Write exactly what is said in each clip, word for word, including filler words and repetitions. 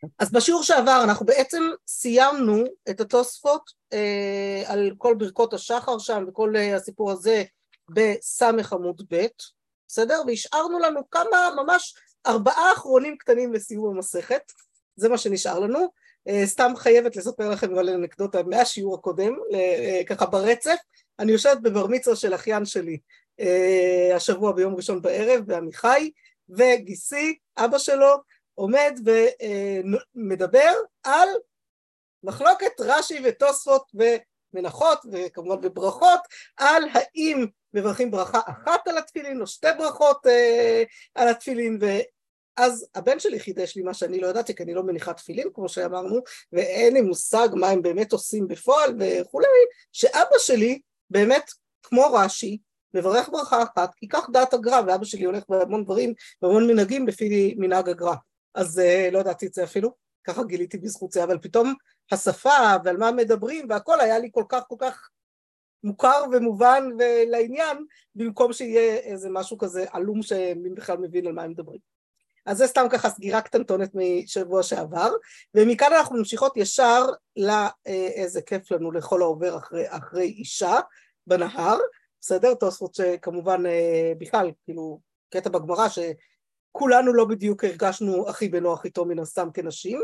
אז בשיעור שעבר אנחנו בעצם סיימנו את התוספות אה, על כל ברכות השחר שם וכל אה, הסיפור הזה בסמך עמוד ב', בסדר? והשארנו לנו כמה, ממש ארבעה אחרונים קטנים לסיום המסכת, זה מה שנשאר לנו. אה, סתם חייבת לספר לכם על אנקדוטה מהשיעור הקודם, אה, ככה ברצף. אני יושבת בבר מצווה של אחיין שלי אה, השבוע ביום ראשון בערב, ועמיחי, וגיסי, אבא שלו, עומד ומדבר על מחלוקת רש"י ותוספות ומנחות וכמובן בברכות, על האם מברכים ברכה אחת על התפילין או שתי ברכות אה, על התפילין. ואז הבן שלי חידש לי מה שאני לא ידעתי, כי אני לא מניחה תפילין כמו שאמרנו, ואין לי מושג מה הם באמת עושים בפועל וכולי, שאבא שלי באמת כמו רש"י מברך ברכה אחת, כי כך דעת הגר"א, ואבא שלי הולך בהמון דברים, בהמון מנהגים לפי מנהג הגר"א. אז לא ידעתי את זה אפילו, ככה גיליתי בזכות זה, אבל פתאום השפה ועל מה מדברים והכל היה לי כל כך כל כך מוכר ומובן ולעניין, במקום שיהיה איזה משהו כזה עלום שמי בכלל מבין על מה הם מדברים. אז זה סתם ככה סגירה קטנטונת משבוע שעבר, ומכאן אנחנו ממשיכות ישר לאיזה כיף לנו לכל העובר אחרי, אחרי אישה בנהר, בסדר? תוספות שכמובן בכלל, כאילו קטע בגמרא ש... כולנו לא בדיוק הרגשנו הכי בנוח איתו מן הסתם כנשים.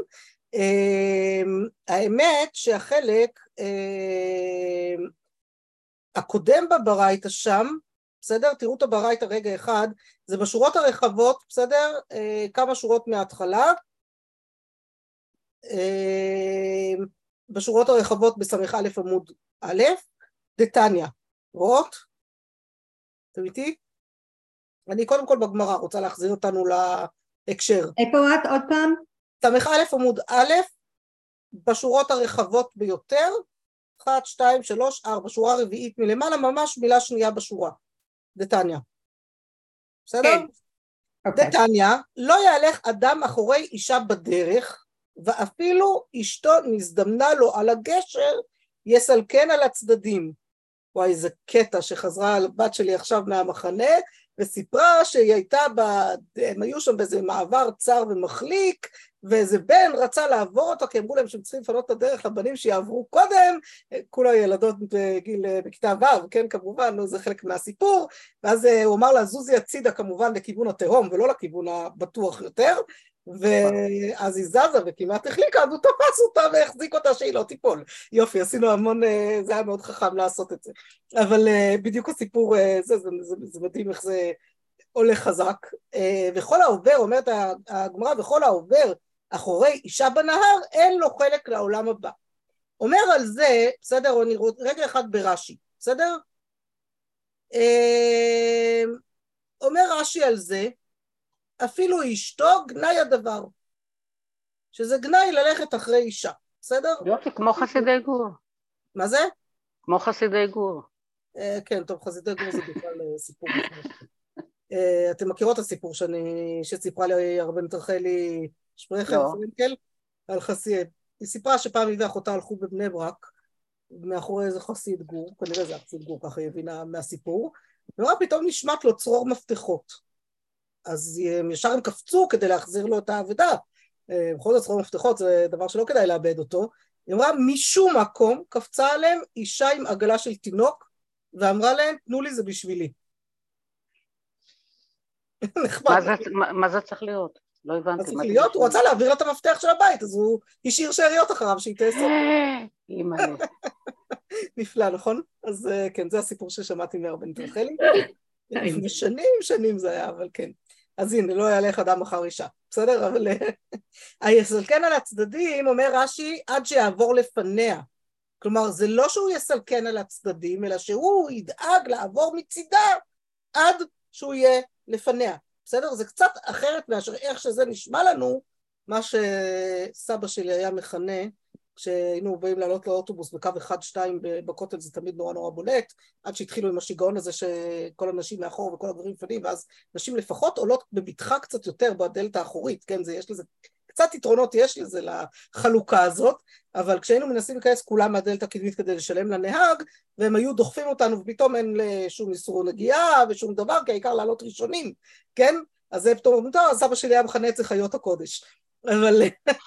האמת שהחלק הקודם בברייתא שם, בסדר? תראו את הברייתא רגע אחד, זה בשורות הרחבות, בסדר? כמה שורות מההתחלה, בשורות הרחבות בסמך א' עמוד א', דתניא, רואות? אתם איתי? אני קודם כל בגמרא רוצה להחזיר אותנו להקשר. איפה את עוד פעם? סמך א' עמוד א', בשורות הרחבות ביותר, אחת, שתיים, שלוש, ארבע, שורה רביעית מלמעלה, ממש מילה שנייה בשורה. דתניא. בסדר? כן. Okay. דתניא, לא יהלך אדם אחורי אישה בדרך, ואפילו אשתו נזדמנה לו על הגשר, יסלקן על הצדדים. וואי, איזה קטע שחזרה על בת שלי עכשיו מהמחנה, וסיפרה שהיא הייתה, ב... הם היו שם באיזה מעבר צר ומחליק, ואיזה בן רצה לעבור אותו, כי אמרו להם שהם צריכים לפנות את הדרך לבנים שיעברו קודם, כולה ילדות בגיל, בכיתה ו', כן, כמובן, זה חלק מהסיפור, ואז הוא אמר לה, זוזי הצידה כמובן לכיוון התהום, ולא לכיוון הבטוח יותר, ואז היא זזה וכמעט החליקה, אז הוא תפס אותה והחזיק אותה שהיא לא תיפול. יופי, עשינו המון, זה היה מאוד חכם לעשות את זה. אבל בדיוק הסיפור, זה, זה, זה, זה מדהים איך זה הולך חזק. וכל העובר, אומרת הגמרא, וכל העובר אחורי אישה בנהר, אין לו חלק לעולם הבא. אומר על זה, בסדר, אני רגע אחד ברש"י, בסדר? אומר רש"י על זה, אפילו אשתו גנאי הדבר, שזה גנאי ללכת אחרי אישה, בסדר? יופי, כמו חסידי גור. מה זה? כמו חסידי גור. כן, טוב, חסידי גור זה בכלל סיפור. אתם מכירות את הסיפור שאני, שסיפרה לי הרבנית רחלי שפרכר פרנקל, על חסיד. היא סיפרה שפעם היא ואחותה הלכו בבני ברק, מאחורי איזה חסיד גור, כנראה זה חסיד גור, ככה היא הבינה מהסיפור, ורק פתאום נשמט לו צרור מפתחות. אז ישר הם קפצו כדי להחזיר לו את העבודה, בכל זאת צרור מפתחות זה דבר שלא כדאי לאבד אותו, היא אמרה משום מקום קפצה עליהם אישה עם עגלה של תינוק, ואמרה להם תנו לי זה בשבילי. מה זה, מה זה צריך להיות? לא הבנתי. מה צריך להיות? הוא רצה להעביר לה את המפתח של הבית, אז הוא השאיר שאריות אחריו שהיא תאסוף. נפלא, נכון? אז כן, זה הסיפור ששמעתי מהרבנית רחלי. לפני שנים, שנים זה היה, אבל כן. אז הנה, לא יהלך אדם אחר אישה, בסדר? אבל היסלקן על הצדדים, אומר רש"י, עד שיעבור לפניה. כלומר, זה לא שהוא יסלקן על הצדדים, אלא שהוא ידאג לעבור מצידה עד שהוא יהיה לפניה. בסדר? זה קצת אחרת מאשר איך שזה נשמע לנו, מה שסבא שלי היה מכנה, כשהיינו באים לעלות לאוטובוס בקו אחד שתיים בכותל, זה תמיד נורא נורא בולט, עד שהתחילו עם השיגעון הזה שכל הנשים מאחור וכל הגברים לפנים, ואז נשים לפחות עולות בבטחה קצת יותר בדלת האחורית, כן, זה יש לזה, קצת יתרונות יש לזה לחלוקה הזאת, אבל כשהיינו מנסים להיכנס כולם מהדלת הקדמית כדי לשלם לנהג, והם היו דוחפים אותנו, ופתאום אין שום איסור נגיעה ושום דבר, כי העיקר לעלות ראשונים, כן? אז זה פתאום, טוב, סבא שלי היה מכנה את זה חיות הקודש. אבל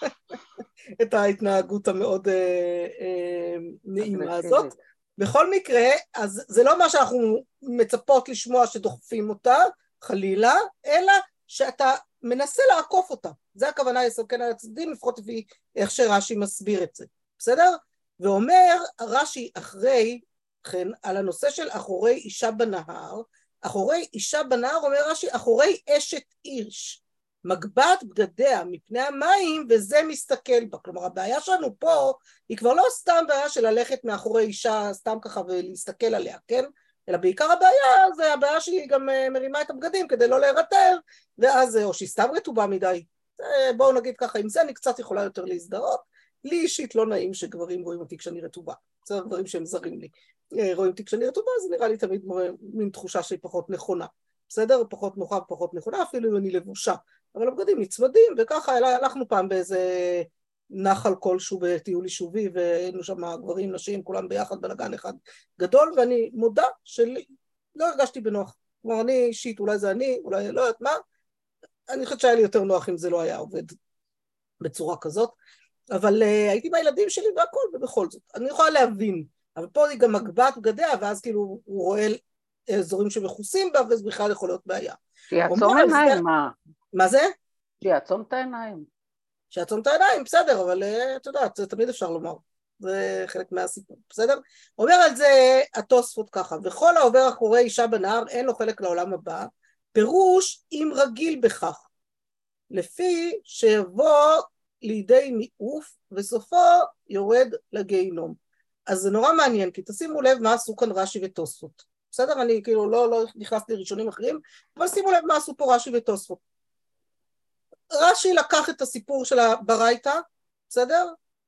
את ההתנהגות המאוד אה, אה, נעימה הזאת. בכל מקרה, אז זה לא מה שאנחנו מצפות לשמוע שדוחפים אותה, חלילה, אלא שאתה מנסה לעקוף אותה. זה הכוונה לסכן על הצדדים, לפחות לפי איך שרש"י מסביר את זה. בסדר? ואומר רש"י אחרי כן על הנושא של אחורי אישה בנהר, אחורי אישה בנהר אומר רש"י אחורי אשת איש, מגבעת בגדיה מפני המים וזה מסתכל בה. כלומר הבעיה שלנו פה היא כבר לא סתם בעיה של ללכת מאחורי אישה סתם ככה ולהסתכל עליה, כן? אלא בעיקר הבעיה זה הבעיה שהיא גם מרימה את הבגדים כדי לא להירטב, ואז או שהיא סתם רטובה מדי. בואו נגיד ככה, עם זה אני קצת יכולה יותר להזדהות. לי אישית לא נעים שגברים רואים אותי כשאני רטובה, זה דברים שהם זרים לי. רואים אותי כשאני רטובה, זה נראה לי תמיד מין תחושה שהיא פחות נכונה. בסדר? פחות נוחה ופחות נכונה, אפילו אם אני לבושה. אבל הבגדים נצמדים, וככה הלכנו פעם באיזה נחל כלשהו בטיול יישובי, והיינו שם גברים, נשים, כולם ביחד בלגן אחד גדול, ואני מודה שלי, לא הרגשתי בנוח. כלומר, אני אישית, אולי זה אני, אולי לא יודעת מה, אני חושבת שהיה לי יותר נוח אם זה לא היה עובד בצורה כזאת, אבל uh, הייתי בילדים שלי והכל, ובכל זאת. אני יכולה להבין, אבל פה היא גם מגבעת בגדיה, ואז כאילו הוא רואה אזורים שמכוסים בה, וזה בכלל יכול להיות בעיה. שיעצום עיניים, מה? מה זה? שיעצום את העיניים. שיעצום את העיניים, בסדר, אבל את יודעת, זה תמיד אפשר לומר. זה חלק מהסיפור, בסדר? אומר על זה התוספות ככה, וכל העובר אחורי אישה בנהר אין לו חלק לעולם הבא, פירוש אם רגיל בכך, לפי שיבוא לידי מיעוף, וסופו יורד לגיהינום. אז זה נורא מעניין, כי תשימו לב מה עשו כאן רש"י ותוספות. בסדר? אני כאילו לא, לא נכנסתי לראשונים אחרים, אבל שימו לב מה עשו פה רש"י ותוספות. רש"י לקח את הסיפור של הברייתא, בסדר?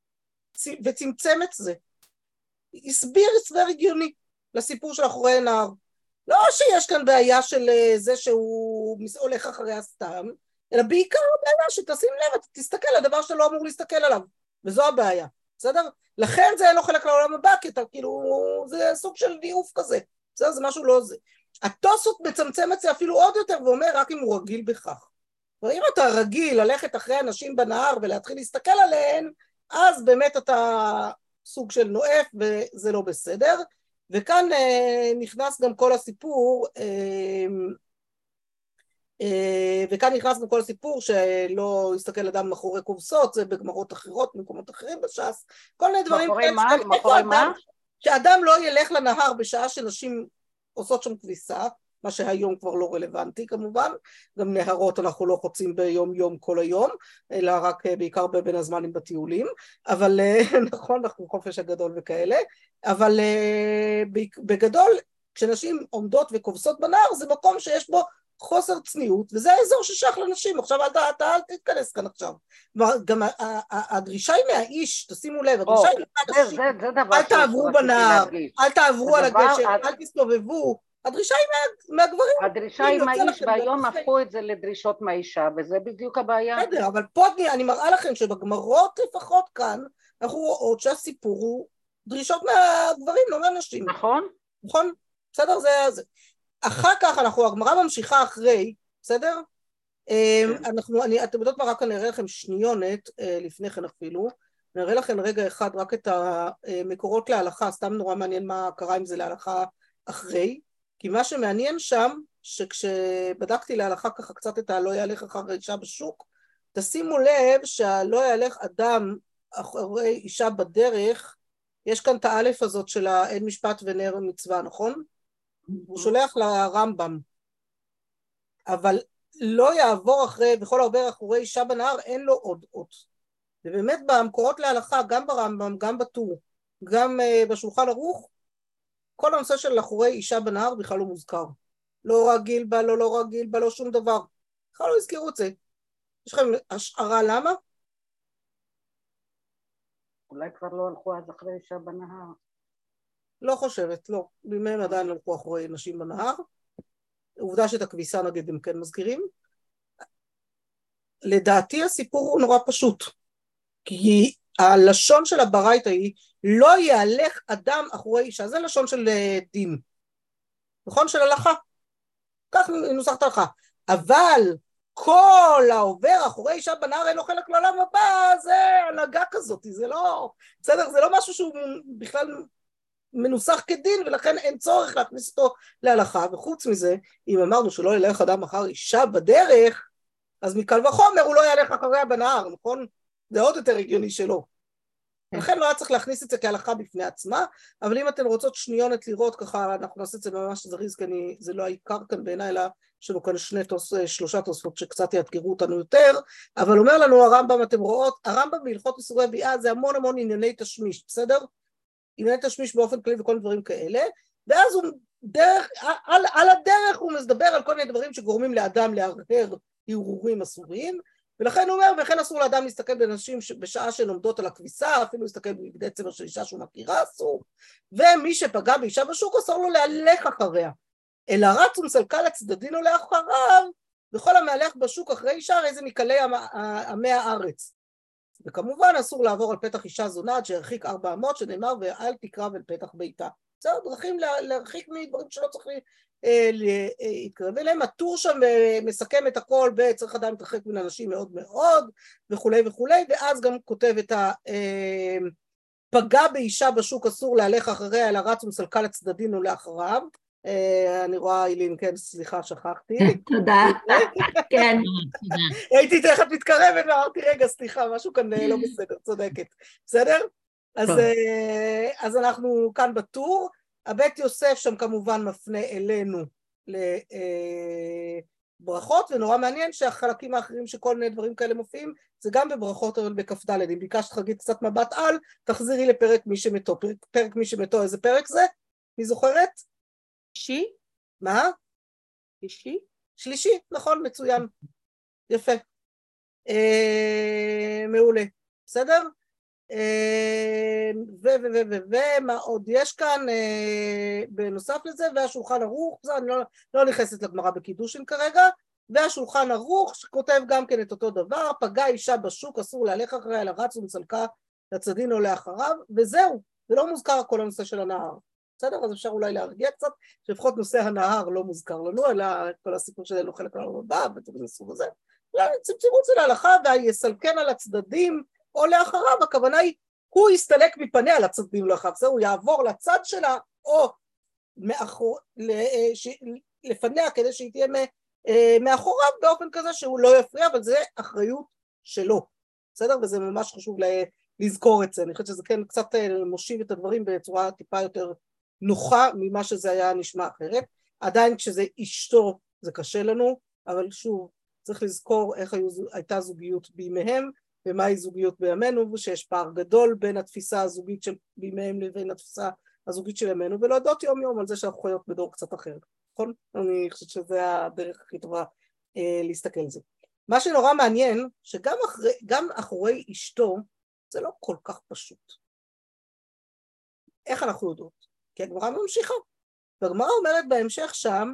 וצמצם את זה. הסביר הסבר הגיוני לסיפור של אחורי נהר. לא שיש כאן בעיה של זה שהוא הולך אחריה סתם, אלא בעיקר הבעיה שתשים לב, תסתכל על הדבר שאתה לא אמור להסתכל עליו, וזו הבעיה, בסדר? לכן זה אין לו חלק לעולם הבא, כי אתה כאילו, זה סוג של דיוף כזה, בסדר? זה משהו לא זה. התוספות מצמצם את זה אפילו עוד יותר, ואומר רק אם הוא רגיל בכך. ואם אתה רגיל ללכת אחרי אנשים בנהר ולהתחיל להסתכל עליהן, אז באמת אתה סוג של נואף וזה לא בסדר. וכאן אה, נכנס גם כל הסיפור, אה, אה, וכאן נכנס גם כל הסיפור שלא יסתכל אדם מאחורי כובסות, זה בגמרות אחרות, במקומות אחרים בש"ס, כל מיני דברים. מאחורי מה? מאחורי מה? שאדם לא ילך לנהר בשעה שנשים עושות שם כביסה, מה שהיום כבר לא רלוונטי כמובן, גם נהרות אנחנו לא חוצים ביום יום כל היום, אלא רק בעיקר בין הזמנים בטיולים, אבל נכון, אנחנו חופש הגדול וכאלה, אבל בגדול כשנשים עומדות וכובסות בנהר זה מקום שיש בו חוסר צניעות, וזה האזור ששייך לנשים. עכשיו אל, אתה אל תתכנס כאן עכשיו. גם הדרישה היא מהאיש, תשימו לב, הדרישה היא מהאנשים, אל תעברו בנהר, אל תעברו על הגשר, אל תסתובבו, הדרישה היא מהגברים. הדרישה היא מהאיש, והיום הפכו את זה לדרישות מהאישה, וזה בדיוק הבעיה. בסדר, אבל פה אני מראה לכם שבגמרות לפחות כאן, אנחנו רואות שהסיפור הוא דרישות מהגברים, לא מהנשים. נכון. נכון? בסדר, זה זה. אחר כך אנחנו, הגמרא ממשיכה אחרי, בסדר? אנחנו, אני, אתם יודעות מה, רק אני אראה לכם שניונת, לפני כן אפילו, אני אראה לכם רגע אחד רק את המקורות להלכה, סתם נורא מעניין מה קרה עם זה להלכה אחרי, כי מה שמעניין שם, שכשבדקתי להלכה ככה קצת את הלא יהלך אחר אישה בשוק, תשימו לב שהלא יהלך אדם אחרי אישה בדרך, יש כאן את האלף הזאת של האין משפט ונר מצווה, נכון? הוא שולח לרמב"ם, אבל לא יעבור אחרי, וכל העובר אחרי אישה בנהר, אין לו עוד אות. ובאמת במקורות להלכה, גם ברמב"ם, גם בטור, גם uh, בשולחן ערוך, כל הנושא של אחורי אישה בנהר בכלל לא מוזכר. לא רגיל בה, לא לא רגיל בה, לא שום דבר. בכלל לא הזכירו את זה. יש לכם השערה למה? אולי כבר לא הלכו אז אחרי אישה בנהר. לא חושבת, לא. בימיהם עדיין הלכו אחרי נשים בנהר. עובדה שאת הכביסה נגיד הם כן מזכירים. לדעתי הסיפור הוא נורא פשוט. כי הלשון של הברייתא היא לא יהלך אדם אחורי אישה. זה לשון של דין. נכון? של הלכה. כך נוסחת הלכה. אבל כל העובר אחורי אישה בנהר אין לו חלק לעולם הבא, זה הנהגה כזאת, זה לא, בסדר, זה לא משהו שהוא בכלל מנוסח כדין, ולכן אין צורך להכניס אותו להלכה, וחוץ מזה, אם אמרנו שלא ילך אדם אחר אישה בדרך, אז מקל וחומר הוא לא ילך אחריה בנהר, נכון? זה עוד יותר הגיוני שלא. לכן לא היה צריך להכניס את זה כהלכה בפני עצמה, אבל אם אתן רוצות שניונת לראות ככה, אנחנו נעשה את זה ממש זריז, כי אני, זה לא העיקר כאן בעיניי, אלא יש לנו כאן שני תוס, שלושה תוספות שקצת יאתגרו אותנו יותר, אבל אומר לנו הרמב"ם, אתם רואות, הרמב"ם בהלכות איסורי ביאה זה המון המון ענייני תשמיש, בסדר? ענייני תשמיש באופן כללי וכל דברים כאלה, ואז הוא דרך, על, על הדרך הוא מדבר על כל מיני דברים שגורמים לאדם להרהר הרהורים אסורים, ולכן הוא אומר, וכן אסור לאדם להסתכל בנשים בשעה שהן עומדות על הכביסה, אפילו להסתכל בבגדי צמר של אישה שהוא מכירה אסור, ומי שפגע באישה בשוק אסור לו להלך אחריה, אלא רץ ומסלקה לצדדין עולה אחריו, וכל המהלך בשוק אחרי אישה, הרי זה מקלי עמי הארץ. וכמובן אסור לעבור על פתח אישה זונה עד שהרחיק ארבע אמות, שנאמר ואל תקרב אל פתח ביתה. זה דרכים להרחיק מדברים שלא צריך להתקרב אליהם. הטור שם מסכם את הכל בצריך אדם להתרחק מן אנשים מאוד מאוד וכולי וכולי, ואז גם כותב את הפגע באישה בשוק אסור להלך אחריה אלא רץ ומסלקה לצדדין ולאחריו. אני רואה אילין, כן, סליחה, שכחתי. תודה, כן. הייתי תכף מתקרבת ואמרתי, רגע, סליחה, משהו כאן לא בסדר, צודקת. בסדר? אז אנחנו כאן בטור. הבית יוסף שם כמובן מפנה אלינו לברכות, ונורא מעניין שהחלקים האחרים שכל מיני דברים כאלה מופיעים, זה גם בברכות אבל בכף ד'. אם ביקשת חגית קצת מבט על, תחזירי לפרק מי שמתו. פרק, פרק מי שמתו, איזה פרק זה? מי זוכרת? שלישי? מה? שלישי? שלישי, נכון, מצוין. יפה. אה, מעולה. בסדר? ו ו ו ו ו מה עוד יש כאן בנוסף לזה, והשולחן ערוך, זה אני לא, לא נכנסת לגמרא בקידושין כרגע, והשולחן ערוך שכותב גם כן את אותו דבר, פגע אישה בשוק אסור להלך אחריה אלא רץ ומסלקה לצדין או לאחריו, וזהו, ולא מוזכר כל הנושא של הנהר. בסדר? אז אפשר אולי להרגיע קצת, שלפחות נושא הנהר לא מוזכר לנו, אלא כל הסיפור שלנו חלק לנו הבא, ותבין סוג הזה. צמצמו את זה להלכה, והיסלקן על הצדדים או לאחריו, הכוונה היא, הוא יסתלק מפניה לצדדים לאחריו, זה הוא יעבור לצד שלה, או מאחור, לפניה כדי שהיא תהיה מאחוריו, באופן כזה שהוא לא יפריע, אבל זה אחריות שלו. בסדר? וזה ממש חשוב לזכור את זה. אני חושבת שזה כן קצת מושיב את הדברים בצורה טיפה יותר נוחה ממה שזה היה נשמע אחרת. עדיין כשזה אשתו זה קשה לנו, אבל שוב, צריך לזכור איך הייתה זוגיות בימיהם, ומהי זוגיות בימינו, ושיש פער גדול בין התפיסה הזוגית של בימיהם לבין התפיסה הזוגית של ימינו, ולהודות יום יום על זה שאנחנו חיות בדור קצת אחר. נכון? אני חושבת שזה הדרך הכי טובה אה, להסתכל על זה. מה שנורא מעניין, שגם אחרי, גם אחורי אשתו, זה לא כל כך פשוט. איך אנחנו יודעות? כי הגמרא ממשיכה. והגמרא אומרת בהמשך שם,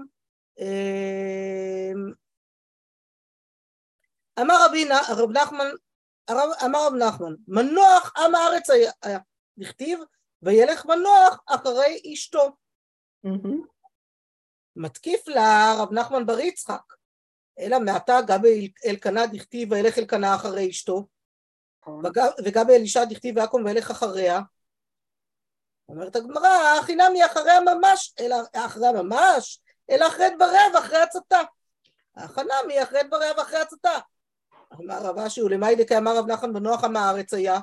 אמר רבי רב נחמן, אמר רב נחמן, מנוח עם הארץ היה, נכתיב, וילך מנוח אחרי אשתו. מתקיף לה רב נחמן בר יצחק, אלא מעתה גבי אלקנה דכתיב, וילך אלקנה אחרי אשתו, וגבי אלישע דכתיב ויקום וילך אחריה. אומרת הגמרא, חינם היא אחריה ממש, אלא אחריה ממש, אלא אחרי דבריה ואחרי הצתה. החנם היא אחרי דבריה ואחרי הצתה. אמר רב אשי, ולמאי דקה אמר רב נחמן מנוח עם הארץ היה.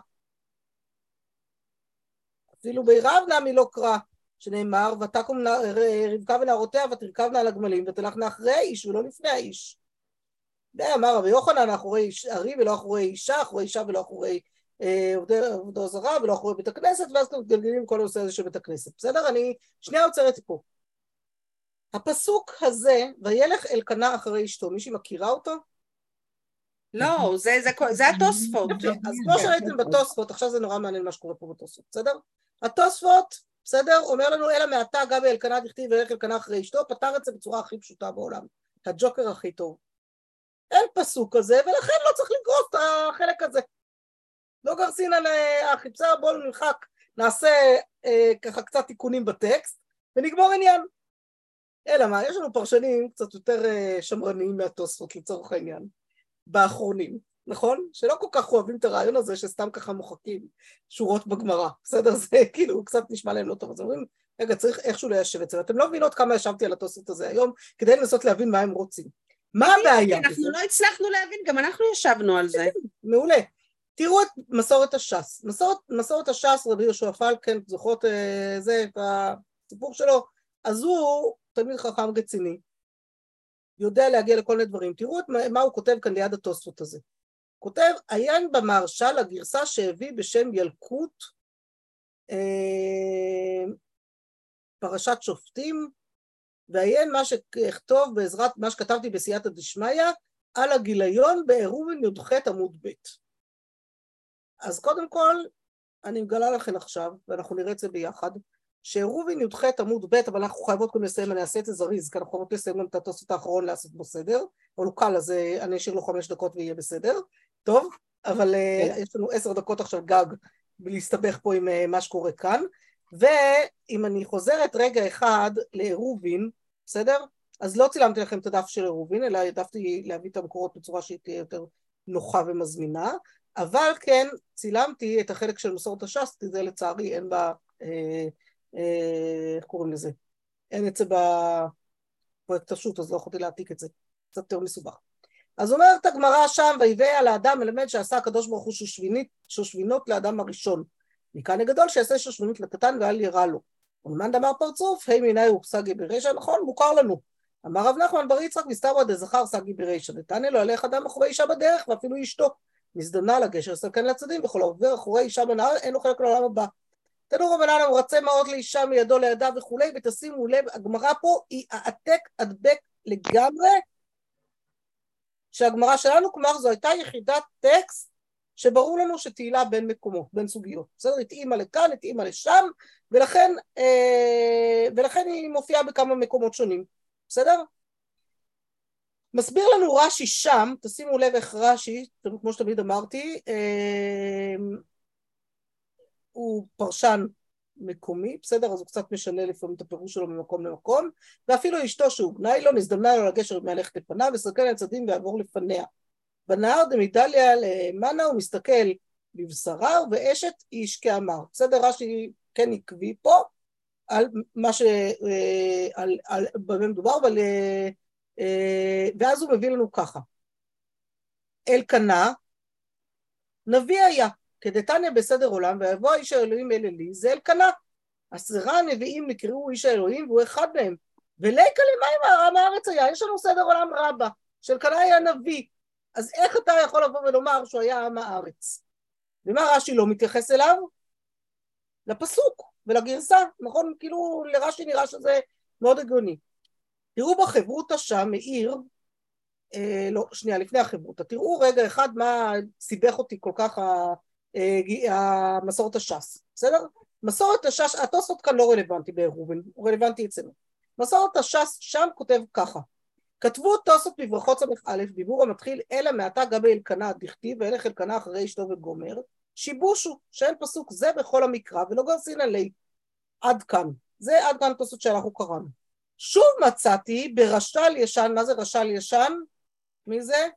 אפילו בירב נמי לא קרא, שנאמר, ותקום רבקה ונערותיה ותרכבנה על הגמלים, ותלכנה אחרי האיש ולא לפני האיש. ואמר רבי יוחנן, אחורי ארי ולא אחורי אישה, אחורי אישה ולא אחורי עבודה זרה ולא אחורי בית הכנסת, ואז גלגלים כל הנושא הזה של בית הכנסת. בסדר? אני שנייה עוצרת פה. הפסוק הזה, וילך אלקנה אחרי אשתו, מישהי מכירה אותו? לא, זה, זה, זה התוספות. אז כמו שראיתם בתוספות, עכשיו זה נורא מעניין מה שקורה פה בתוספות, בסדר? התוספות, בסדר, אומר לנו, אלא מעתה גבי אלקנה דכתיב וילך אלקנה אחרי אשתו, פתר את זה בצורה הכי פשוטה בעולם, הג'וקר הכי טוב. אין פסוק כזה, ולכן לא צריך לגרוס את החלק הזה. לא גרסין על החיפשה, בואו נלחק, נעשה אה, ככה קצת תיקונים בטקסט, ונגמור עניין. אלא מה, יש לנו פרשנים קצת יותר שמרניים מהתוספות לצורך העניין, באחרונים, נכון? שלא כל כך אוהבים את הרעיון הזה שסתם ככה מוחקים שורות בגמרא, בסדר? זה כאילו קצת נשמע להם לא טוב, אז אומרים, רגע, צריך איכשהו ליישב את זה, ואתם לא מבינות כמה ישבתי על התוספות הזה היום, כדי לנסות להבין מה הם רוצים. מה הבעיה? אנחנו לא הצלחנו להבין, גם אנחנו ישבנו על זה. מעולה. תראו את מסורת הש"ס. מסורת, מסורת הש"ס, רבי יהושע פלקן, זוכרות זה, את הסיפור שלו, אז הוא תלמיד חכם רציני, יודע להגיע לכל מיני דברים. תראו את מה הוא כותב כאן ליד התוספות הזה. כותב, עיין במהרש"ל הגרסה שהביא בשם ילקוט, אה, פרשת שופטים, ועיין מה שכתוב בעזרת, מה שכתבתי בסייעתא דשמיא, על הגיליון בעירובין י"ח עמוד ב'. אז קודם כל, אני מגלה לכם עכשיו, ואנחנו נראה את זה ביחד, שעירובין י"ח עמוד ב', אבל אנחנו חייבות גם לסיים, אני אעשה את זה זריז, כי אנחנו חייבות לסיים גם את התוספות האחרון לעשות בו סדר, אבל הוא קל, אז אני אשאיר לו חמש דקות ויהיה בסדר, טוב, אבל okay. יש לנו עשר דקות עכשיו גג, להסתבך פה עם מה שקורה כאן, ואם אני חוזרת רגע אחד לעירובין, בסדר? אז לא צילמתי לכם את הדף של עירובין, אלא העדפתי להביא את המקורות בצורה שהיא תהיה יותר נוחה ומזמינה, אבל כן צילמתי את החלק של מסורת הש"ס, כי זה לצערי אין בה, אה, אה, איך קוראים לזה? אין את זה בפרויקט השו"ת, אז לא יכולתי להעתיק את זה, קצת יותר מסובך. אז אומרת הגמרא שם, ויבא על האדם מלמד שעשה הקדוש ברוך הוא שושבינות לאדם הראשון, מכאן הגדול שיעשה שושבינית לקטן ואל ירא לו. ולמאן דאמר פרצוף, הי מיני הוא סגי ברישא, נכון, מוכר לנו. אמר רב נחמן בר יצחק, מסתברא דזכר סגי ברישא, נתניה לו הלך אדם אחורי אישה בדרך, ואפילו אשתו. מזדמנה לגשר סלקן לצדים, וכל העובר אחורי אישה בנהר, אין לו חלק לעולם הבא. תנו רבנן, הוא רצה מעות לאישה מידו לידה וכולי, ותשימו לב, הגמרא פה היא העתק הדבק לגמרי, שהגמרא שלנו, כלומר זו הייתה יחידת טקסט, שברור לנו שתהילה בין מקומות, בין סוגיות. בסדר, התאימה לכאן, התאימה לשם, ולכן, אה, ולכן היא מופיעה בכמה מקומות שונים. בסדר? מסביר לנו רש"י שם, תשימו לב איך רש"י, כמו שתמיד אמרתי, אה, הוא פרשן מקומי, בסדר? אז הוא קצת משנה לפעמים את הפירוש שלו ממקום למקום, ואפילו אשתו שהוגנה לו, נזדמנה לו לגשר מהלכת לפניו, וסתכל לצדים ויעבור לפניה. בנהר דמדליה למנה הוא מסתכל בבשרה, ואשת איש כאמר. בסדר, רש"י כן עקבי פה, על מה ש... על, על, במה מדובר, אבל... ואז הוא מביא לנו ככה. אלקנה, נביא היה, כדתניא בסדר עולם, ויבוא איש האלוהים אל אלי, זה אלקנה. עשרה הנביאים נקראו איש האלוהים, והוא אחד מהם. וליקה למה עם הארץ היה? יש לנו סדר עולם רבה, שאלקנה היה נביא. אז איך אתה יכול לבוא ולומר שהוא היה עם הארץ? ומה רש"י לא מתייחס אליו? לפסוק ולגרסה, נכון? כאילו לרש"י נראה שזה מאוד הגיוני. תראו בחברותא שם, מאיר, אה, לא, שנייה, לפני החברותא, תראו רגע אחד מה סיבך אותי כל כך המסורת הש"ס, בסדר? מסורת הש"ס, התוספות כאן לא רלוונטי בעירובין, הוא רלוונטי אצלנו. מסורת הש"ס שם כותב ככה, כתבו תוספות בברכות סמך א', דיבור המתחיל, אלא מעתה גבי אלקנה דכתיב, ואלך אלקנה אחרי אשתו וגומר, שיבושו, שאין פסוק זה בכל המקרא, ולא גרסין עלי. עד כאן. זה עד כאן תוספות שאנחנו קראנו. שוב מצאתי ברש"ל ישן, מה זה רש"ל ישן? מי זה?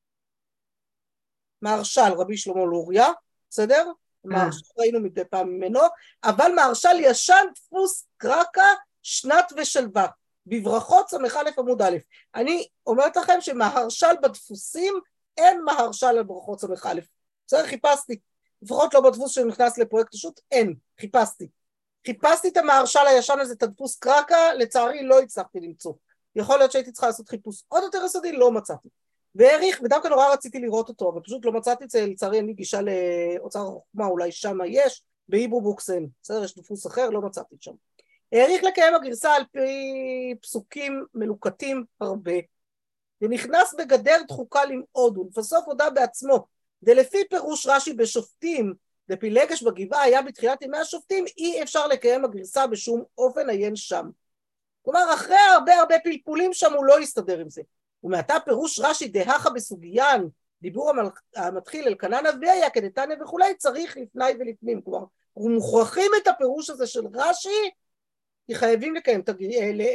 מהרש"ל, רבי שלמה לוריה, בסדר? מהרש"ל ראינו מדי פעם ממנו, אבל מהרש"ל ישן דפוס קרקע שנת ושלווה. בברכות סמך א' עמוד א'. אני אומרת לכם שמהרש"ל בדפוסים אין מהרש"ל על ברכות סמך א'. בסדר, חיפשתי. לפחות לא בדפוס שנכנס לפרויקט השו"ת, אין, חיפשתי. חיפשתי את המהרש"ל הישן הזה, את הדפוס קרקע, לצערי לא הצלחתי למצוא. יכול להיות שהייתי צריכה לעשות חיפוש עוד יותר יסודי, לא מצאתי. והעריך, ודווקא נורא רציתי לראות אותו, אבל פשוט לא מצאתי את זה, לצערי אין לי גישה לאוצר החוכמה, אולי שם יש, בהיברו בוקסן. בסדר, יש דפוס אחר, לא מצאתי שם. העריך לקיים הגרסה על פי פסוקים מלוקטים הרבה, ונכנס בגדר דחוקה למעוד, ולבסוף הודה בעצמו, דלפי פירוש רש"י בשופטים, דפילגש בגבעה היה בתחילת ימי השופטים, אי אפשר לקיים הגרסה בשום אופן, עיין שם. כלומר, אחרי הרבה הרבה פלפולים שם הוא לא יסתדר עם זה. ומעתה פירוש רש"י דהכה בסוגיין, דיבור המתחיל אלקנה נביא היה כדתניא וכולי, צריך לפני ולפנים. כלומר, אנחנו מוכרחים את הפירוש הזה של רש"י, כי חייבים לקיים,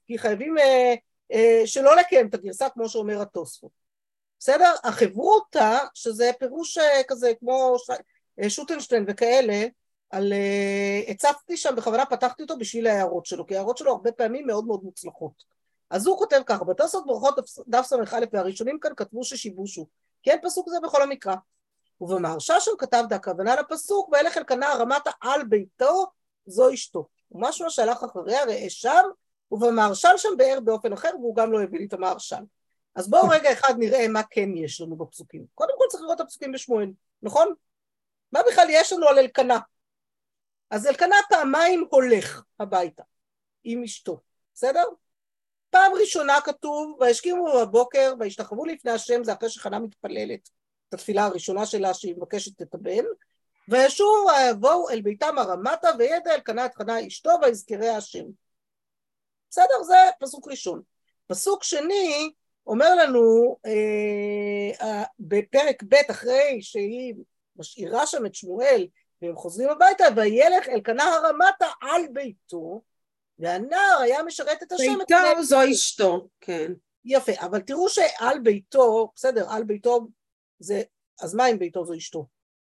כי חייבים אה, אה, שלא לקיים את הגרסה כמו שאומר התוספות. בסדר? החברותה, שזה פירוש אה, כזה כמו ש... אה, שוטנשטיין וכאלה, על, אה, הצפתי שם, בכוונה פתחתי אותו בשביל ההערות שלו, כי ההערות שלו הרבה פעמים מאוד מאוד מוצלחות. אז הוא כותב ככה, בתוספות ברכות דף סמך א' והראשונים כאן כתבו ששיבושו, כי אין פסוק זה בכל המקרא. ובמהרש"א שם כתב דה הכוונה לפסוק, וילך אלקנה הרמתה על ביתו, זו אשתו. ומשהו שהלך אחריה ראה שם, ובמהרש"ל שם באר באופן אחר, והוא גם לא הביא לי את המהרש"ל. אז בואו רגע אחד נראה מה כן יש לנו בפסוקים. קודם כל צריך לראות את הפסוקים בשמואל, נכון? מה בכלל יש לנו על אלקנה? אז אלקנה פעמיים הולך הביתה עם אשתו, בסדר? פעם ראשונה כתוב, וישכימו בבוקר וישתחוו לפני השם, זה אחרי שחנה מתפללת את התפילה הראשונה שלה שהיא מבקשת את הבן, וישוב ויבואו אל ביתם הרמתה וידע אלקנה את חנה אשתו ויזכריה השם. בסדר? זה פסוק ראשון. פסוק שני אומר לנו אה, אה, בפרק ב' אחרי שהיא משאירה שם את שמואל והם חוזרים הביתה, וילך אלקנה הרמתה על ביתו, והנער היה משרת את השם. ביתו זו אשתו, כן. יפה, אבל תראו שעל ביתו, בסדר, על ביתו זה, אז מה אם ביתו זו אשתו?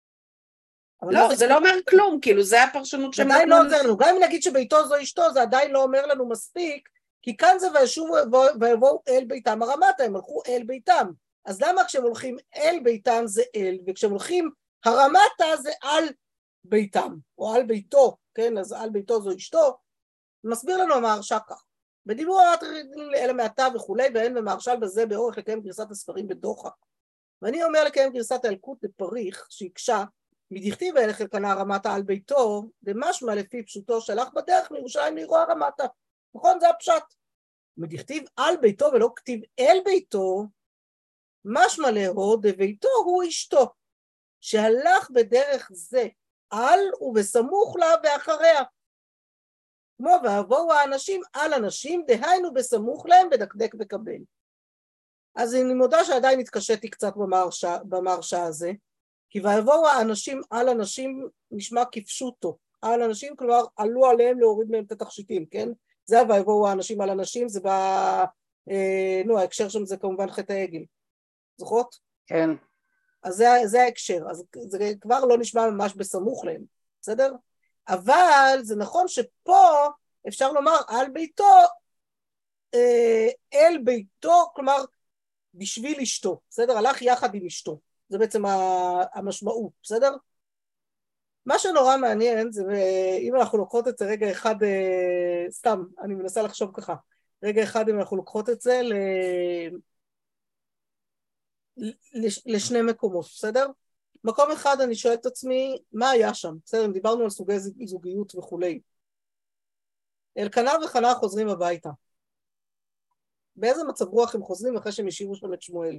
לא, זה לא אומר כלום, כאילו זה הפרשנות שהם עדיין לא עוזר לנו, גם אם נגיד שביתו זו אשתו, זה עדיין לא אומר לנו מספיק, כי כאן זה וישובו ויבואו אל ביתם הרמתה, הם הלכו אל ביתם, אז למה כשהם הולכים אל ביתם זה אל, וכשהם הולכים הרמתה זה על ביתם, או על ביתו, כן, אז על ביתו זו אשתו, מסביר לנו המהרש"א כך, בדיבור אלה מעתה וכולי, ואין במהרש"ל בזה באורך לקיים גרסת הספרים בדוחק, ואני אומר לקיים גרסת האלקוט לפריך, שהקשה, מדכתיב וילך אלקנה הרמתה על ביתו, דמשמע לפי פשוטו שלח בדרך מירושלים לעירו הרמתה, נכון? זה הפשט. מדכתיב על ביתו ולא כתיב אל ביתו, משמע לאו דביתו הוא אשתו, שהלך בדרך זה על ובסמוך לה ואחריה. כמו ועברו האנשים על אנשים, דהיינו בסמוך להם בדקדק וקבל. אז אני מודה שעדיין התקשיתי קצת במהרש"א, במהרש"א הזה, כי ועברו האנשים על אנשים נשמע כפשוטו, על אנשים כלומר עלו עליהם להוריד מהם את התכשיטים, כן? זה ועברו האנשים על אנשים, זה ב... אה, נו, ההקשר שם זה כמובן חטא העגל, זוכרות? כן. אז זה, זה ההקשר, אז זה כבר לא נשמע ממש בסמוך להם, בסדר? אבל זה נכון שפה אפשר לומר על ביתו, אה, אל ביתו, כלומר בשביל אשתו, בסדר? הלך יחד עם אשתו, זה בעצם המשמעות, בסדר? מה שנורא מעניין זה, אם אנחנו לוקחות את זה רגע אחד, אה, סתם, אני מנסה לחשוב ככה, רגע אחד אם אנחנו לוקחות את זה ל... לשני מקומות, בסדר? מקום אחד אני שואלת את עצמי, מה היה שם? בסדר, אם דיברנו על סוגי זוגיות וכולי. אלקנה וחנה חוזרים הביתה. באיזה מצב רוח הם חוזרים אחרי שהם השאירו שם את שמואל?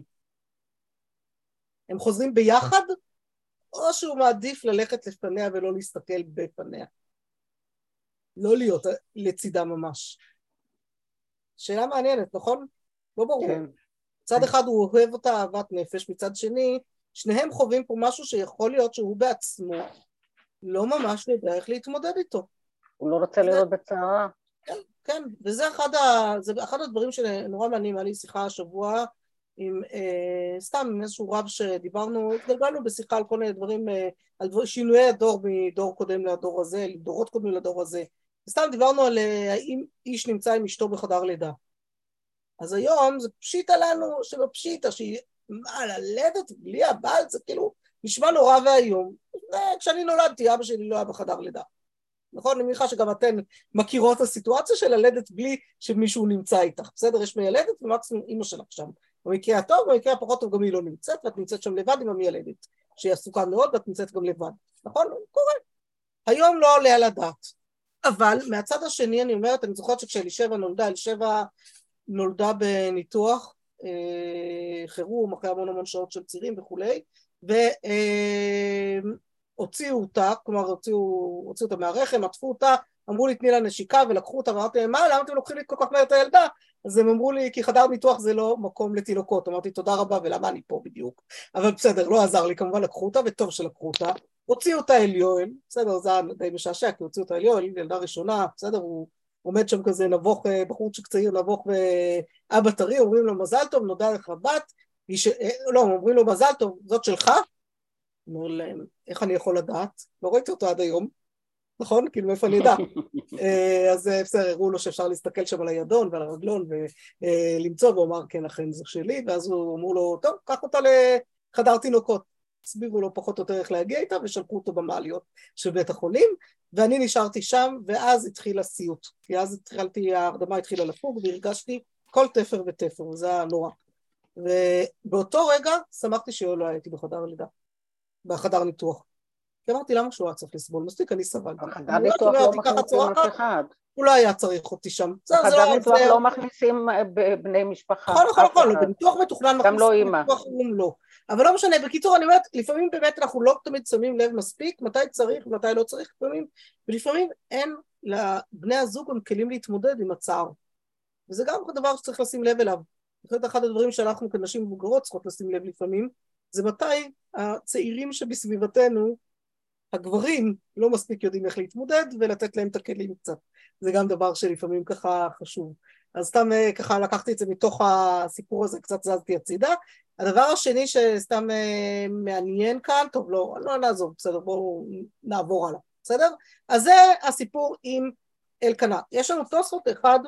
הם חוזרים ביחד? או שהוא מעדיף ללכת לפניה ולא להסתכל בפניה? לא להיות לצידה ממש. שאלה מעניינת, נכון? לא ברור. כן. מצד אחד הוא אוהב אותה אהבת נפש, מצד שני, שניהם חווים פה משהו שיכול להיות שהוא בעצמו לא ממש יודע איך להתמודד איתו. הוא לא רוצה להיות בצערה. כן, כן, וזה אחד, ה, זה אחד הדברים שנורא מעניין, היה לי שיחה השבוע עם, אה, סתם עם איזשהו רב שדיברנו, התגלגלנו בשיחה על כל מיני דברים, אה, על דבר, שינויי הדור מדור קודם לדור הזה, דורות קודמים לדור הזה. סתם דיברנו על אה, האם איש נמצא עם אשתו בחדר לידה. אז היום זה פשיטה לנו, שבפשיטה, שהיא מה, ללדת בלי הבעל, זה כאילו נשמע נורא והיום. כשאני נולדתי, אבא שלי לא היה בחדר לידה. נכון? אני מניחה שגם אתן מכירות את הסיטואציה של ללדת בלי שמישהו נמצא איתך. בסדר? יש מיילדת ומקסימום אמא שלך שם. במקרה הטוב, במקרה הפחות טוב גם היא לא נמצאת, ואת נמצאת שם לבד עם המיילדת, שהיא עסוקה מאוד, ואת נמצאת גם לבד. נכון? קורה. היום לא עולה על הדעת. אבל מהצד השני אני אומרת, אני זוכרת שכשאלישבע נולדה, אלישבע נולדה בניתוח אה, חירום, אחרי המון המון שעות של צירים וכולי, והוציאו אותה, כלומר הוציאו, הוציאו אותה מהרחם, עטפו אותה, אמרו לי תני לה נשיקה ולקחו אותה, ואמרתי להם, מה, למה אתם לוקחים לי כל כך מהר את הילדה? אז הם אמרו לי, כי חדר ניתוח זה לא מקום לתינוקות, אמרתי תודה רבה ולמה אני פה בדיוק, אבל בסדר, לא עזר לי, כמובן לקחו אותה, וטוב שלקחו אותה, הוציאו אותה אל יואל, בסדר, זה היה די משעשע, כי הוציאו אותה אל יואל, ילדה ראשונה, בסדר, הוא עומד שם כזה נבוך, בחורצ'יק צעיר נבוך ואבא טרי, אומרים לו מזל טוב, נודע לך בת, ש... לא, אומרים לו מזל טוב, זאת שלך? אומר להם, איך אני יכול לדעת? לא ראיתי אותו עד היום, נכון? כאילו איפה אני אדע? אז בסדר, הראו לו שאפשר להסתכל שם על הידון ועל הרגלון ולמצוא, והוא אמר כן, אכן זה שלי, ואז הוא אמרו לו, טוב, קח אותה לחדר תינוקות. הסבירו לו פחות או יותר איך להגיע איתה, ושלחו אותו במעליות של בית החולים, ואני נשארתי שם, ואז התחיל הסיוט. כי אז התחלתי, ההרדמה התחילה לפוג, והרגשתי כל תפר ותפר, וזה היה נורא. ובאותו רגע שמחתי שלא הייתי בחדר לידה, בחדר ניתוח. כי אמרתי, למה שהוא היה צריך לסבול? מספיק, אני סבל. בחדר ניתוח לא מכניסים אף אחד. הוא לא היה צריך אותי שם. בחדר ניתוח לא מכניסים בני משפחה. נכון, נכון, נכון, בניתוח מתוכנן גם לא אימא. לא. אבל לא משנה, בקיצור אני אומרת, לפעמים באמת אנחנו לא תמיד שמים לב מספיק, מתי צריך, מתי לא צריך, לפעמים, ולפעמים אין לבני הזוג הם כלים להתמודד עם הצער. וזה גם דבר שצריך לשים לב אליו. אחד הדברים שאנחנו כנשים מבוגרות צריכות לשים לב לפעמים, זה מתי הצעירים שבסביבתנו, הגברים לא מספיק יודעים איך להתמודד ולתת להם את הכלים קצת. זה גם דבר שלפעמים ככה חשוב. אז סתם ככה לקחתי את זה מתוך הסיפור הזה, קצת זזתי הצידה. הדבר השני שסתם מעניין כאן, טוב לא, לא נעזוב, בסדר, בואו נעבור הלאה, בסדר? אז זה הסיפור עם אלקנה. יש לנו תוספות אחד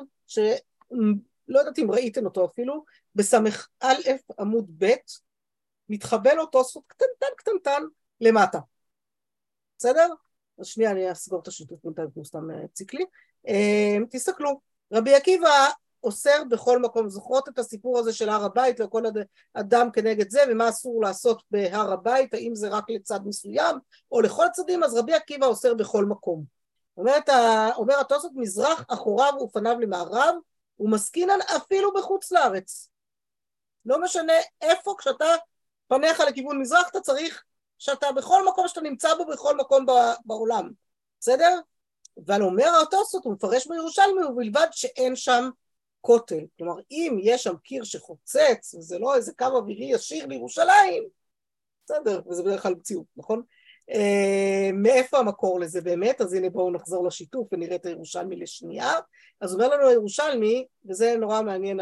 שלא יודעת אם ראיתם אותו אפילו, בסמך א' עמוד ב', מתחבא לו תוספות קטנטן קטנטן למטה. בסדר? אז שנייה אני אסגור את השיתוף בינתיים כמו סתם ציקלי. תסתכלו, רבי עקיבא אוסר בכל מקום, זוכרות את הסיפור הזה של הר הבית, לכל אדם כנגד זה, ומה אסור לעשות בהר הבית, האם זה רק לצד מסוים, או לכל צדים, אז רבי עקיבא אוסר בכל מקום. אומרת, אומר התוספות, מזרח אחוריו ופניו למערב, ומסכינן אפילו בחוץ לארץ. לא משנה איפה, כשאתה פניך לכיוון מזרח, אתה צריך שאתה בכל מקום שאתה נמצא בו, בכל מקום בעולם. בסדר? אבל אומר התוספות, הוא מפרש בירושלמי, ובלבד שאין שם כותל. כלומר, אם יש שם קיר שחוצץ, וזה לא איזה קו אווירי ישיר לירושלים, בסדר, וזה בדרך כלל מציאות, נכון? אה, מאיפה המקור לזה באמת? אז הנה בואו נחזור לשיתוף ונראה את הירושלמי לשנייה. אז אומר לנו הירושלמי, וזה נורא מעניין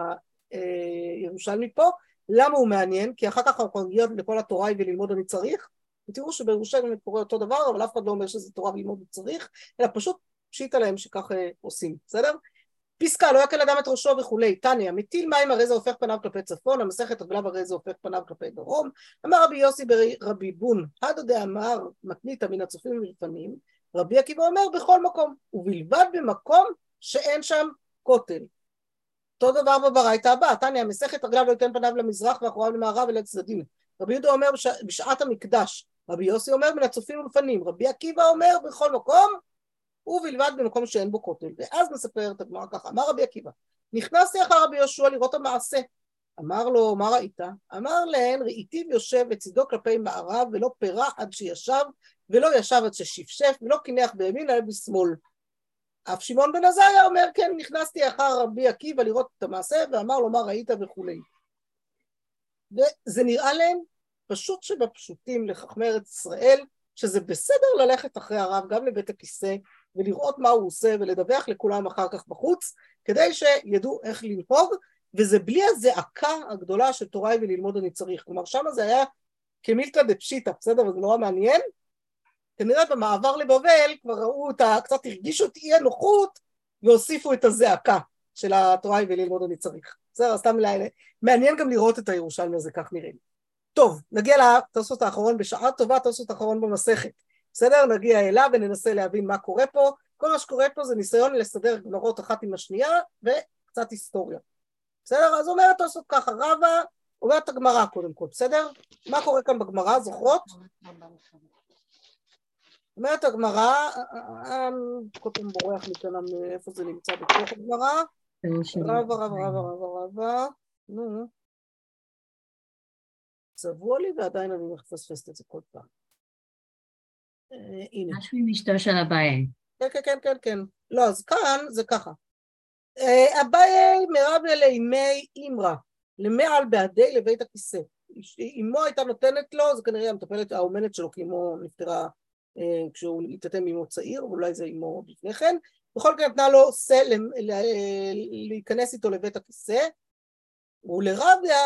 הירושלמי פה, למה הוא מעניין? כי אחר כך אנחנו נגיע לכל התורה וללמוד אני צריך, ותראו שבירושלמי קורה אותו דבר, אבל אף אחד לא אומר שזה תורה וללמוד אני צריך, אלא פשוט פשיט עליהם שכך עושים, בסדר? פסקה, לא יקל אדם את ראשו וכולי, תניא, מטיל מים הרי זה הופך פניו כלפי צפון, המסכת רגליו הרי זה הופך פניו כלפי דרום, אמר רבי יוסי ברבי בון, הדא דאמר מתניתא מן הצופים ולפנים, רבי עקיבא אומר בכל מקום, ובלבד במקום שאין שם כותל. אותו דבר בברייתא הבאה, תניא, המסכת רגליו לא ייתן פניו למזרח ואחוריו למערב ולצדדים. רבי יהודה אומר בש... בשעת המקדש, רבי יוסי אומר מן הצופים ולפנים, רבי עקיבא אומר בכל מקום, ובלבד במקום שאין בו כותל. ואז מספר את הגמרא ככה, אמר רבי עקיבא, נכנסתי אחר רבי יהושע לראות המעשה, אמר לו, מה ראית? אמר להן, ראיתיו יושב בצידו כלפי מערב, ולא פירח עד שישב, ולא ישב עד ששפשף, ולא קינח בימין אלא בשמאל. אף שמעון בן עזריה אומר, כן, נכנסתי אחר רבי עקיבא לראות את המעשה, ואמר לו, מה ראית וכולי. וזה נראה להם פשוט שבפשוטים לחכמי ארץ ישראל, שזה בסדר ללכת אחרי הרב, גם לבית הכיסא, ולראות מה הוא עושה, ולדווח לכולם אחר כך בחוץ, כדי שידעו איך לנהוג, וזה בלי הזעקה הגדולה של תורה וללמוד אני צריך. כלומר, שם זה היה כמילתא דפשיטא, בסדר? וזה נורא מעניין. כנראה במעבר לבבל כבר ראו את ה... קצת הרגישו את אי הנוחות, והוסיפו את הזעקה של התורה וללמוד אני צריך. בסדר? אז סתם מעניין גם לראות את הירושלמי הזה, כך נראה לי. טוב, נגיע לתוספות האחרון בשעה טובה, תוספות האחרון במסכת. בסדר? נגיע אליו וננסה להבין מה קורה פה. כל מה שקורה פה זה ניסיון לסדר גמרות אחת עם השנייה, וקצת היסטוריה. בסדר? אז אומרת תוספות ככה, רבא, אומרת הגמרא קודם כל, בסדר? מה קורה כאן בגמרא, זוכרות? אומרת הגמרא, כל פעם בורח לי כאן איפה זה נמצא בתוך הגמרא, רבא, רבא, רבא, רבא, רבא, נו, צבוע לי ועדיין אני מפספסת את זה כל פעם. הנה. משהו עם אשתו של אביי. כן, כן, כן, כן, כן. לא, אז כאן זה ככה. אביי מרב לימי אימרה, למעל בעדי לבית הכיסא. אמו הייתה נותנת לו, זה כנראה המטפלת האומנת שלו, כי אמו נפטרה כשהוא התייתם אמו צעיר, אולי זה אמו לפני כן, בכל מקרה נתנה לו שא להיכנס איתו לבית הכיסא, ולרביה,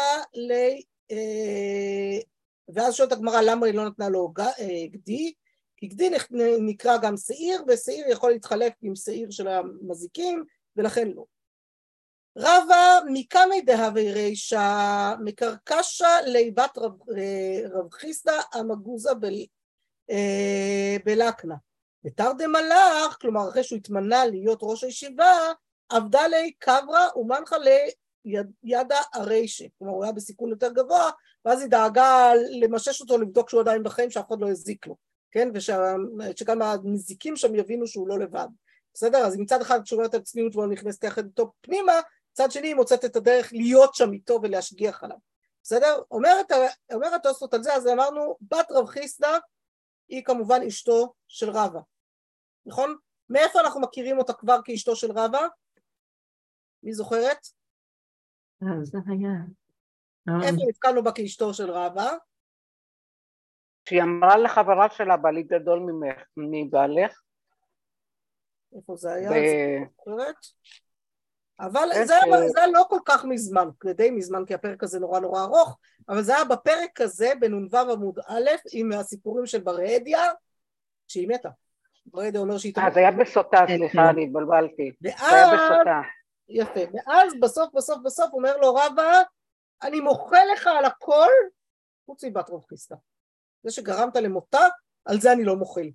ואז שואלת הגמרא למה היא לא נתנה לו גדי, כי גדי נקרא גם שעיר, ושעיר יכול להתחלק עם שעיר של המזיקים, ולכן לא. רבא מקמי דהווי רישא מקרקשה ליבת רב, רב חיסדא המגוזה בל, בלקנה. ותרדם מלאך, כלומר אחרי שהוא התמנה להיות ראש הישיבה, עבדה לי קברה ומנחה לידה הרישא. כלומר הוא היה בסיכון יותר גבוה, ואז היא דאגה למשש אותו לבדוק שהוא עדיין בחיים, שאף אחד לא יזיק לו. כן? ושגם הנזיקים שם יבינו שהוא לא לבד. בסדר? אז מצד אחד כשאומרת על צניעות והוא נכנס יחד איתו פנימה, צד שני היא מוצאת את הדרך להיות שם איתו ולהשגיח עליו. בסדר? אומרת, אומרת תוספות על זה, אז אמרנו, בת רב חיסדא היא כמובן אשתו של רבא. נכון? מאיפה אנחנו מכירים אותה כבר כאשתו של רבא? מי זוכרת? אה, זה היה. איפה נתקלנו בה כאשתו של רבא? שהיא אמרה לחברה שלה, בעלי גדול ממך, מבעלך. איפה זה היה? ב... זה זוכרת? אבל כן, זה, ש... זה לא כל כך מזמן, די מזמן, כי הפרק הזה נורא נורא ארוך, אבל זה היה בפרק הזה, בנ"ו עמוד א', עם הסיפורים של ברהדיה, שהיא מתה. ברהדיה אומר שהיא... אה, זה היה בסוטה, סליחה, אני התבלבלתי. זה היה בסוטה. יפה, ואז בסוף בסוף בסוף אומר לו רבא, אני מוחה לך על הכל, חוץ מבת רב חיסדא. זה שגרמת למותה, על זה אני לא מוחל.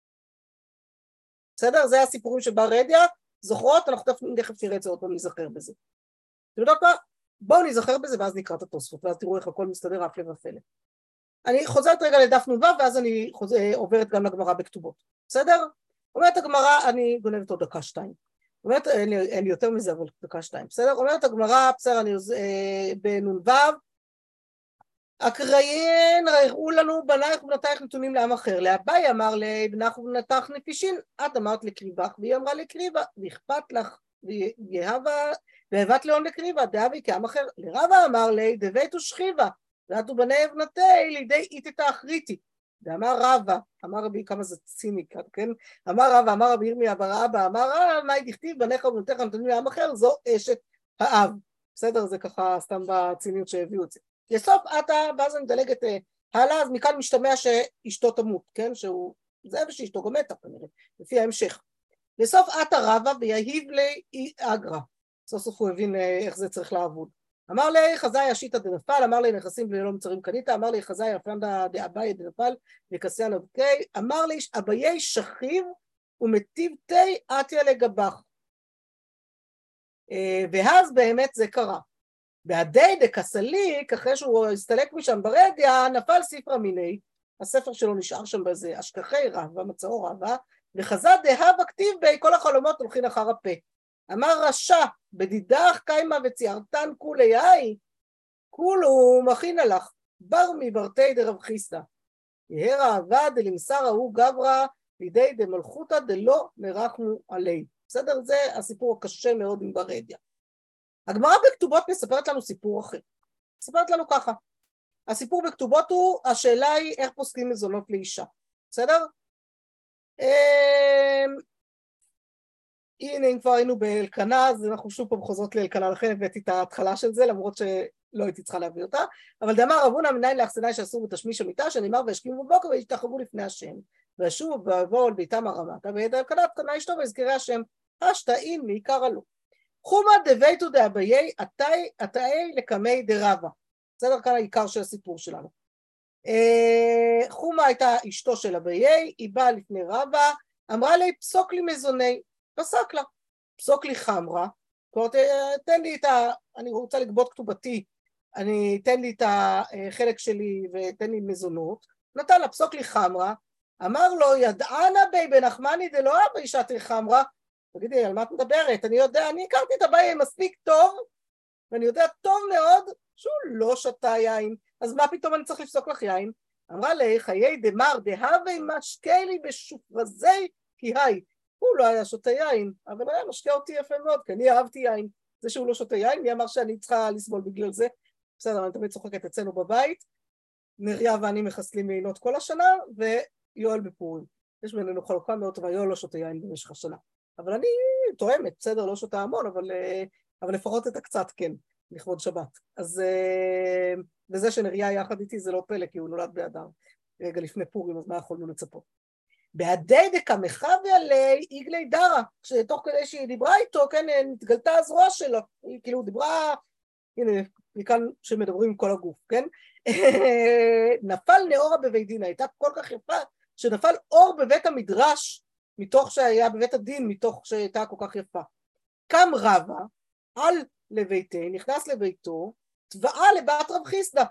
בסדר? זה הסיפורים של ברהדיה, זוכרות? אנחנו תכף נראה את זה עוד פעם, נזכר בזה. אתם יודעות מה? בואו נזכר בזה ואז נקרא את התוספות, ואז תראו איך הכל מסתדר הפלא ופלא. אני חוזרת רגע לדף נ"ו, ואז אני חוזר, עוברת גם לגמרא בכתובות. בסדר? אומרת הגמרא, אני גונבת עוד דקה שתיים. אומרת, אין לי, אין לי יותר מזה, אבל דקה שתיים. בסדר? אומרת הגמרא, בסדר, אני אה, בנ"ו, אקראיין ראו לנו בנייך ובנתייך נתונים לעם אחר. לאביי אמר לבנך ובנתך נפישין, את אמרת לקריבך, והיא אמרה לקריבה, ואכפת לך, והבאת לאון לקריבה, דאבי כעם אחר. לרבא אמר לי, דבית ושכיבה, ואת ובני אבנתי לידי איתתה אחריתי. ואמר רבא, אמר רבי, כמה זה ציני כאן, כן? אמר רבא, אמר רבי ירמיה בר אבא, אמר רבא, מה היא תכתיב, בניך ובנתיך נתונים לעם אחר, זו אשת האב. בסדר? זה ככה סתם בציניות שהביאו את זה. לסוף עתה, ואז אני מדלגת הלאה, אז מכאן משתמע שאשתו תמות, כן? שהוא, זה ושאשתו גם מתה כנראה, לפי ההמשך. לסוף עתה רבא ויהיב לי אגרא. סוף סוף הוא הבין איך זה צריך לעבוד. אמר לי חזאי השיטה דנפל, אמר לי נכסים ולא מצרים קניתה, אמר לי חזאי הפנדה דאביי דנפל וכסיין אבקי, אמר לי אביי שכיב ומטיב תי עתיה לגבך. ואז באמת זה קרה. והדי דקסליק, אחרי שהוא הסתלק משם ברהדיה, נפל ספרא מיני, הספר שלו נשאר שם בזה, אשכחי רבא, מצאו רבא, וחזה דהבה כתיב בי, כל החלומות הולכים אחר הפה. אמר רשע, בדידך קיימה וציירתן כולי היי, כולו מכינה לך, בר מברתי דרב חיסדא. יהר אהבה דלמסר ההוא גברא, לידי דמלכותא דלא מרחמו עלי. בסדר? זה הסיפור הקשה מאוד עם ברהדיה. הגמרא בכתובות מספרת לנו סיפור אחר. מספרת לנו ככה. הסיפור בכתובות הוא, השאלה היא איך פוסקים מזונות לאישה. בסדר? הנה, אם כבר היינו באלקנה, אז אנחנו שוב פעם חוזרות לאלקנה, לכן הבאתי את ההתחלה של זה, למרות שלא הייתי צריכה להביא אותה. אבל דאמר רבונה מניין לאחסנאי שאסור בתשמיש המיטה, שנאמר והשכימו בבוקר והשתחוו לפני השם. וישובו ויבואו אל ביתם הרמתה, וידע אלקנה קנה אשתו ויזכרה השם, השתאין מעיקר עלו. חומא דביתו דאביי עתאי לקמי דרבא. בסדר, כאן העיקר של הסיפור שלנו. חומא הייתה אשתו של אביי, היא באה לפני רבא, אמרה לי פסוק לי מזוני, פסק לה, פסוק לי חמרה, כלומר תן לי את ה... אני רוצה לגבות כתובתי, אני תן לי את החלק שלי ותן לי מזונות, נתן לה פסוק לי חמרה, אמר לו ידענה בי בנחמני דלא אבא אישת חמרה, תגידי, על מה את מדברת? אני יודע, אני הכרתי את אביי מספיק טוב, ואני יודע טוב מאוד שהוא לא שתה יין, אז מה פתאום אני צריך לפסוק לך יין? אמרה לי, חיי דמר דהווי משקה לי בשופרזי, כי היי, הוא לא היה שותה יין, אבל היה משקה אותי יפה מאוד, כי אני אהבתי יין. זה שהוא לא שותה יין, מי אמר שאני צריכה לסבול בגלל זה? בסדר, אני תמיד צוחקת אצלנו בבית, נריה ואני מחסלים מעינות כל השנה, ויואל בפורים. יש בינינו חלוקה מאוד טובה, יואל לא שותה יין במשך השנה. אבל אני תואמת, בסדר, לא שותה המון, אבל, אבל לפחות את הקצת כן, לכבוד שבת. אז וזה שנריה יחד איתי זה לא פלא, כי הוא נולד באדר, רגע לפני פורים, אז מה יכולנו לצפות? בהדי דקמך ועלי איגלי דרה, שתוך כדי שהיא דיברה איתו, כן, נתגלתה הזרוע שלו, היא כאילו דיברה, הנה, מכאן שמדברים עם כל הגוף, כן? נפל נאורה בבית דין, הייתה כל כך יפה, שנפל אור בבית המדרש, מתוך שהיה בבית הדין, מתוך שהייתה כל כך יפה. קם רבא, על לביתי, נכנס לביתו, תבעה לבת רב חיסדא.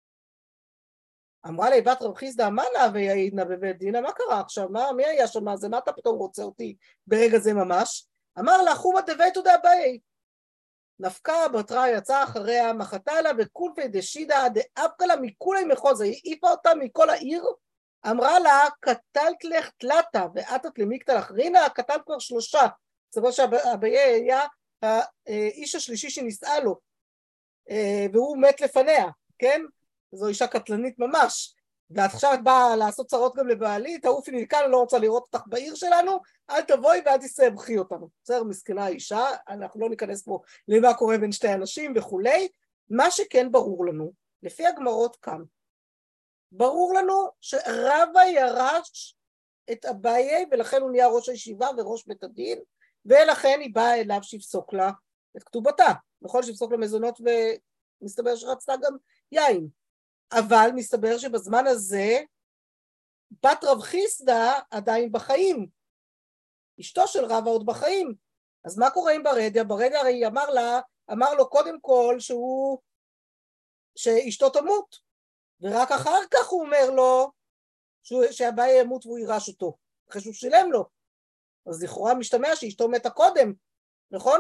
אמרה לי, בת רב חיסדא, מה נא ויעידנא בבית דין? מה קרה עכשיו? מה, מי היה שם? זה, מה אתה פתאום רוצה אותי ברגע זה ממש? אמר לה, חומא דביתו דאביי. נפקה בתרה יצאה אחריה, מחתה לה בקולפי דשידא דאבקה לה מכולי מחוז, היא העיפה אותה מכל העיר, אמרה לה, קטלת לך תלתה ועטת למיקתא לך רינה, קטלת כבר שלושה. זאת אומרת שהאביי היה האיש השלישי שנישאה לו, והוא מת לפניה, כן? זו אישה קטלנית ממש, ואת עכשיו את באה לעשות צרות גם לבעלי, תעופי לי כאן, אני לא רוצה לראות אותך בעיר שלנו, אל תבואי ואל תסבכי אותנו. בסדר, מסכנה האישה, אנחנו לא ניכנס פה למה קורה בין שתי אנשים וכולי. מה שכן ברור לנו, לפי הגמרות כאן, ברור לנו שרבא ירש את אביי, ולכן הוא נהיה ראש הישיבה וראש בית הדין, ולכן היא באה אליו שיפסוק לה את כתובתה. נכון, שיפסוק לה מזונות, ומסתבר שרצתה גם יין. אבל מסתבר שבזמן הזה, בת רב חיסדא עדיין בחיים. אשתו של רבא עוד בחיים. אז מה קורה עם ברדיה? ברדיה הרי אמר לה, אמר לו קודם כל שהוא, שאשתו תמות. ורק אחר כך הוא אומר לו, שהבאי ימות והוא יירש אותו. אחרי שהוא שילם לו. אז לכאורה משתמע שאשתו מתה קודם, נכון?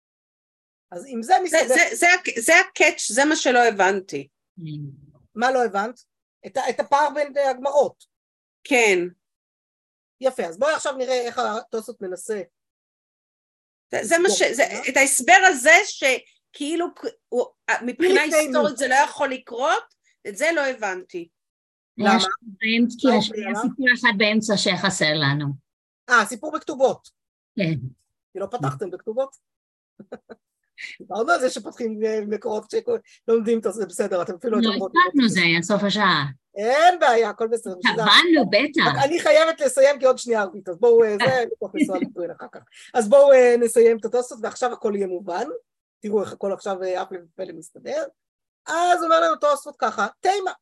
אז עם זה מסתבר... זה, זה, זה, זה הקאץ', זה מה שלא הבנתי. מה לא הבנת? את, את הפער בין הגמרות. כן. יפה, אז בואי עכשיו נראה איך התוספות מנסה. זה, זה מה ש... זה, את ההסבר הזה שכאילו מבחינה היסטורית זה לא יכול לקרות, את זה לא הבנתי. למה? כי יש סיפור אחד באמצע שחסר לנו. אה, סיפור בכתובות. כן. כי לא פתחתם בכתובות? דיברנו על זה שפתחים מקורות שלומדים את זה, בסדר, אתם אפילו... לא הספקנו זה, עד סוף השעה. אין בעיה, הכל בסדר. הבנו, בטח. אני חייבת לסיים כי עוד שנייה ארבית, אז בואו, זה, נתוך לנסוע לטוען אחר כך. אז בואו נסיים את התוספות, ועכשיו הכל יהיה מובן. תראו איך הכל עכשיו אף לפלא מסתדר. אז אומר לנו תוספות ככה, תימה.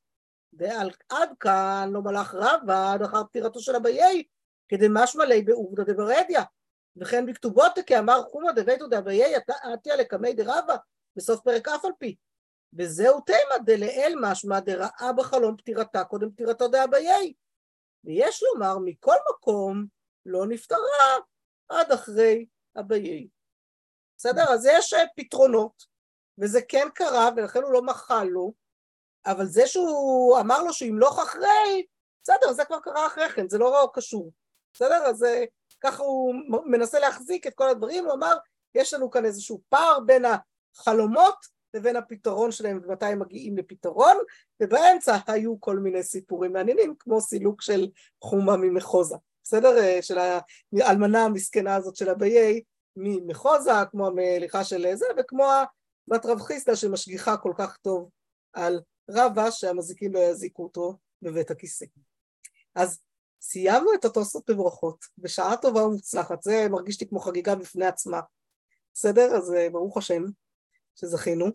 ועד כאן לא מלך רבא עד אחר פטירתו של אביי, כדי משמע ליה בעובדא דברדיה. וכן בכתובות כאמר חומא דביתו דאביי עטיה לקמי דרבא בסוף פרק אף על פי. וזהו תימה דלאל משמע דראה בחלום פטירתה קודם פטירתו דאביי. ויש לומר מכל מקום לא נפטרה עד אחרי אביי. בסדר? אז יש פתרונות, וזה כן קרה ולכן הוא לא מחל לו, אבל זה שהוא אמר לו שימלוך אחרי, בסדר, זה כבר קרה אחרי כן, זה לא קשור. בסדר? אז ככה הוא מנסה להחזיק את כל הדברים, הוא אמר, יש לנו כאן איזשהו פער בין החלומות לבין הפתרון שלהם, ומתי הם מגיעים לפתרון, ובאמצע היו כל מיני סיפורים מעניינים, כמו סילוק של חומה ממחוזה, בסדר? של האלמנה המסכנה הזאת של אביי ממחוזה, כמו המליכה של זה, וכמו בת רב חיסדא שמשגיחה כל כך טוב על רבא, שהמזיקים לא יזיקו אותו בבית הכיסא. אז סיימנו את התוספות בברכות, בשעה טובה ומוצלחת, זה מרגיש לי כמו חגיגה בפני עצמה, בסדר? אז ברוך השם שזכינו,